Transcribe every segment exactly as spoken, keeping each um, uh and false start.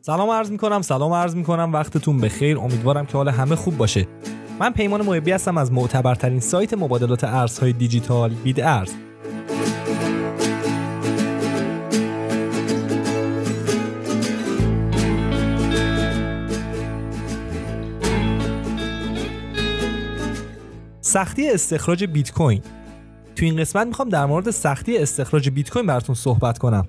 سلام عرض میکنم سلام عرض میکنم وقتتون بخیر. امیدوارم که حال همه خوب باشه. من پیمان محبی هستم از معتبرترین سایت مبادلات ارزهای دیجیتال بیدارز. سختی استخراج بیت کوین. تو این قسمت میخوام در مورد سختی استخراج بیت کوین براتون صحبت کنم.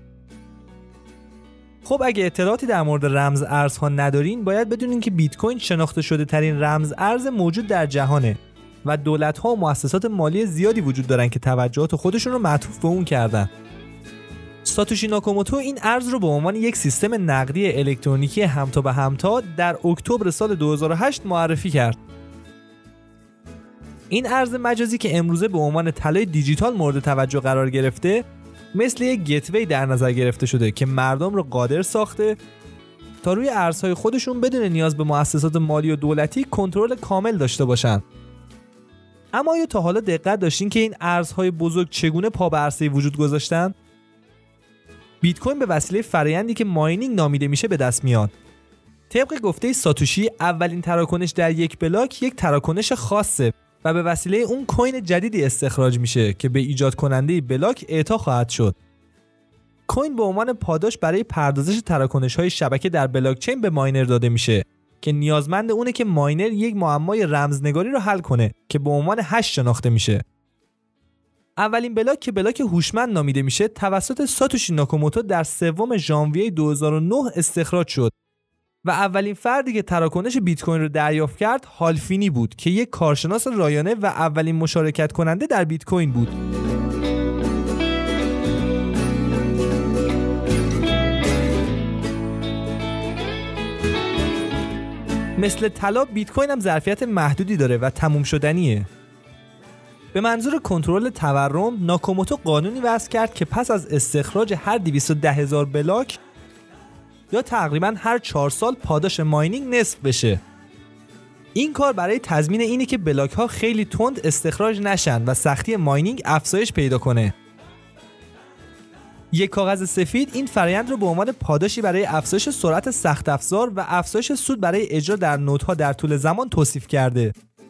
خب اگه اطلاعاتی در مورد رمز ارزها ندارین، باید بدونین که بیت کوین شناخته شده ترین رمز ارز موجود در جهانه و دولت‌ها و مؤسسات مالی زیادی وجود دارن که توجهات خودشون رو معطوف به اون کردن. ساتوشی ناکاموتو این ارز رو به عنوان یک سیستم نقدی الکترونیکی همتا به همتا در اکتبر سال دو هزار و هشت معرفی کرد. این ارز مجازی که امروزه به عنوان طلای دیجیتال مورد توجه قرار گرفته، مثل یک گتوی در نظر گرفته شده که مردم رو قادر ساخته تا روی ارزهای خودشون بدون نیاز به مؤسسات مالی و دولتی کنترل کامل داشته باشن. اما آیا تا حالا دقت داشتین که این ارزهای بزرگ چگونه پا به عرصه وجود گذاشتن؟ بیت کوین به وسیله فرآیندی که ماینینگ نامیده میشه به دست میاد. طبق گفته ساتوشی، اولین تراکنش در یک بلاک یک تراکنش خاصه و به وسیله اون کوین جدیدی استخراج میشه که به ایجاد کننده بلاک اعطا خواهد شد. کوین به عنوان پاداش برای پردازش تراکنش‌های شبکه در بلاکچین به ماینر داده میشه که نیازمند اونه که ماینر یک معمای رمزنگاری رو حل کنه که به عنوان هش شناخته میشه. اولین بلاک که بلاک هوشمند نامیده میشه توسط ساتوشی ناکاموتو در سوم ژانویه دو هزار و نه استخراج شد و اولین فردی که تراکنش بیت کوین رو دریافت کرد هالفینی بود که یک کارشناس رایانه و اولین مشارکت کننده در بیت کوین بود. مثل طلا، بیت کوین هم ظرفیت محدودی داره و تموم شدنیه. به منظور کنترل تورم، ناکاموتو قانونی وضع کرد که پس از استخراج هر دویست و ده هزار بلاک یا تقریباً هر چهار سال پاداش ماینینگ نصف بشه. این کار برای تضمین اینه که بلاک ها خیلی تند استخراج نشن و سختی ماینینگ افزایش پیدا کنه. یک کاغذ سفید این فرآیند رو به عنوان پاداشی برای افزایش سرعت سخت افزار و افزایش سود برای اجرا در نودها در طول زمان توصیف کرده.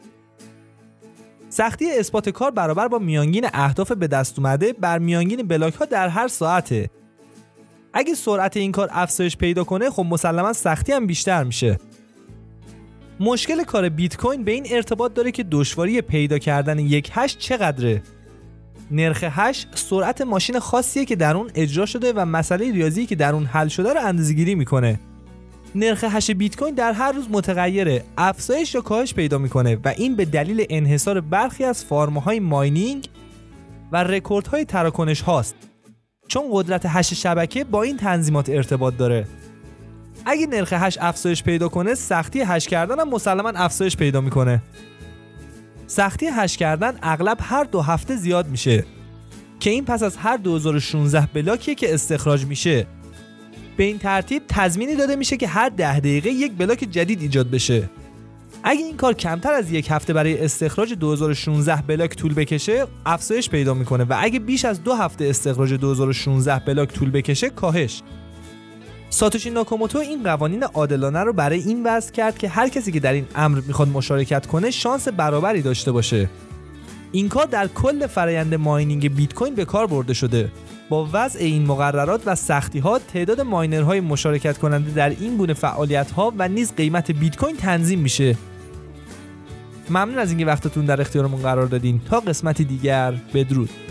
سختی اثبات کار برابر با میانگین اهداف به دست اومده بر میانگین بلاک ها در هر ساعته. اگه سرعت این کار افزایش پیدا کنه، خب مسلماً سختی هم بیشتر میشه. مشکل کار بیت کوین به این ارتباط داره که دشواری پیدا کردن یک هش چقدره. نرخ هش سرعت ماشین خاصیه که در اون اجرا شده و مسئله ریاضی که در اون حل شده رو اندازه‌گیری میکنه. نرخ هش بیت کوین در هر روز متغیره، افزایش یا کاهش پیدا میکنه و این به دلیل انحصار برخی از فارم‌های ماینینگ و رکوردهای تراکنش هاست. چون قدرت هش شبکه با این تنظیمات ارتباط داره. اگه نرخ هش افزایش پیدا کنه، سختی هش کردن هم مسلماً افزایش پیدا میکنه. سختی هش کردن اغلب هر دو هفته زیاد میشه که این پس از هر دو هزار و شانزده بلاکیه که استخراج میشه. به این ترتیب تضمینی داده میشه که هر ده دقیقه یک بلاک جدید ایجاد بشه. اگه این کار کمتر از یک هفته برای استخراج دو هزار و شانزده بلاک طول بکشه، افزایش پیدا میکنه و اگه بیش از دو هفته استخراج دو هزار و شانزده بلاک طول بکشه، کاهش. ساتوشی ناکاموتو این قوانین عادلانه رو برای این وضع کرد که هر کسی که در این امر میخواد مشارکت کنه شانس برابری داشته باشه. این کار در کل فرآیند ماینینگ بیت کوین به کار برده شده. با وضع این مقررات و سختی‌ها، تعداد ماینرهای مشارکت کننده در این گونه فعالیت‌ها و نیز قیمت بیت کوین تنظیم میشه. ممنون از اینکه وقتتون در اختیارمون قرار دادین. تا قسمتی دیگر، بدرود.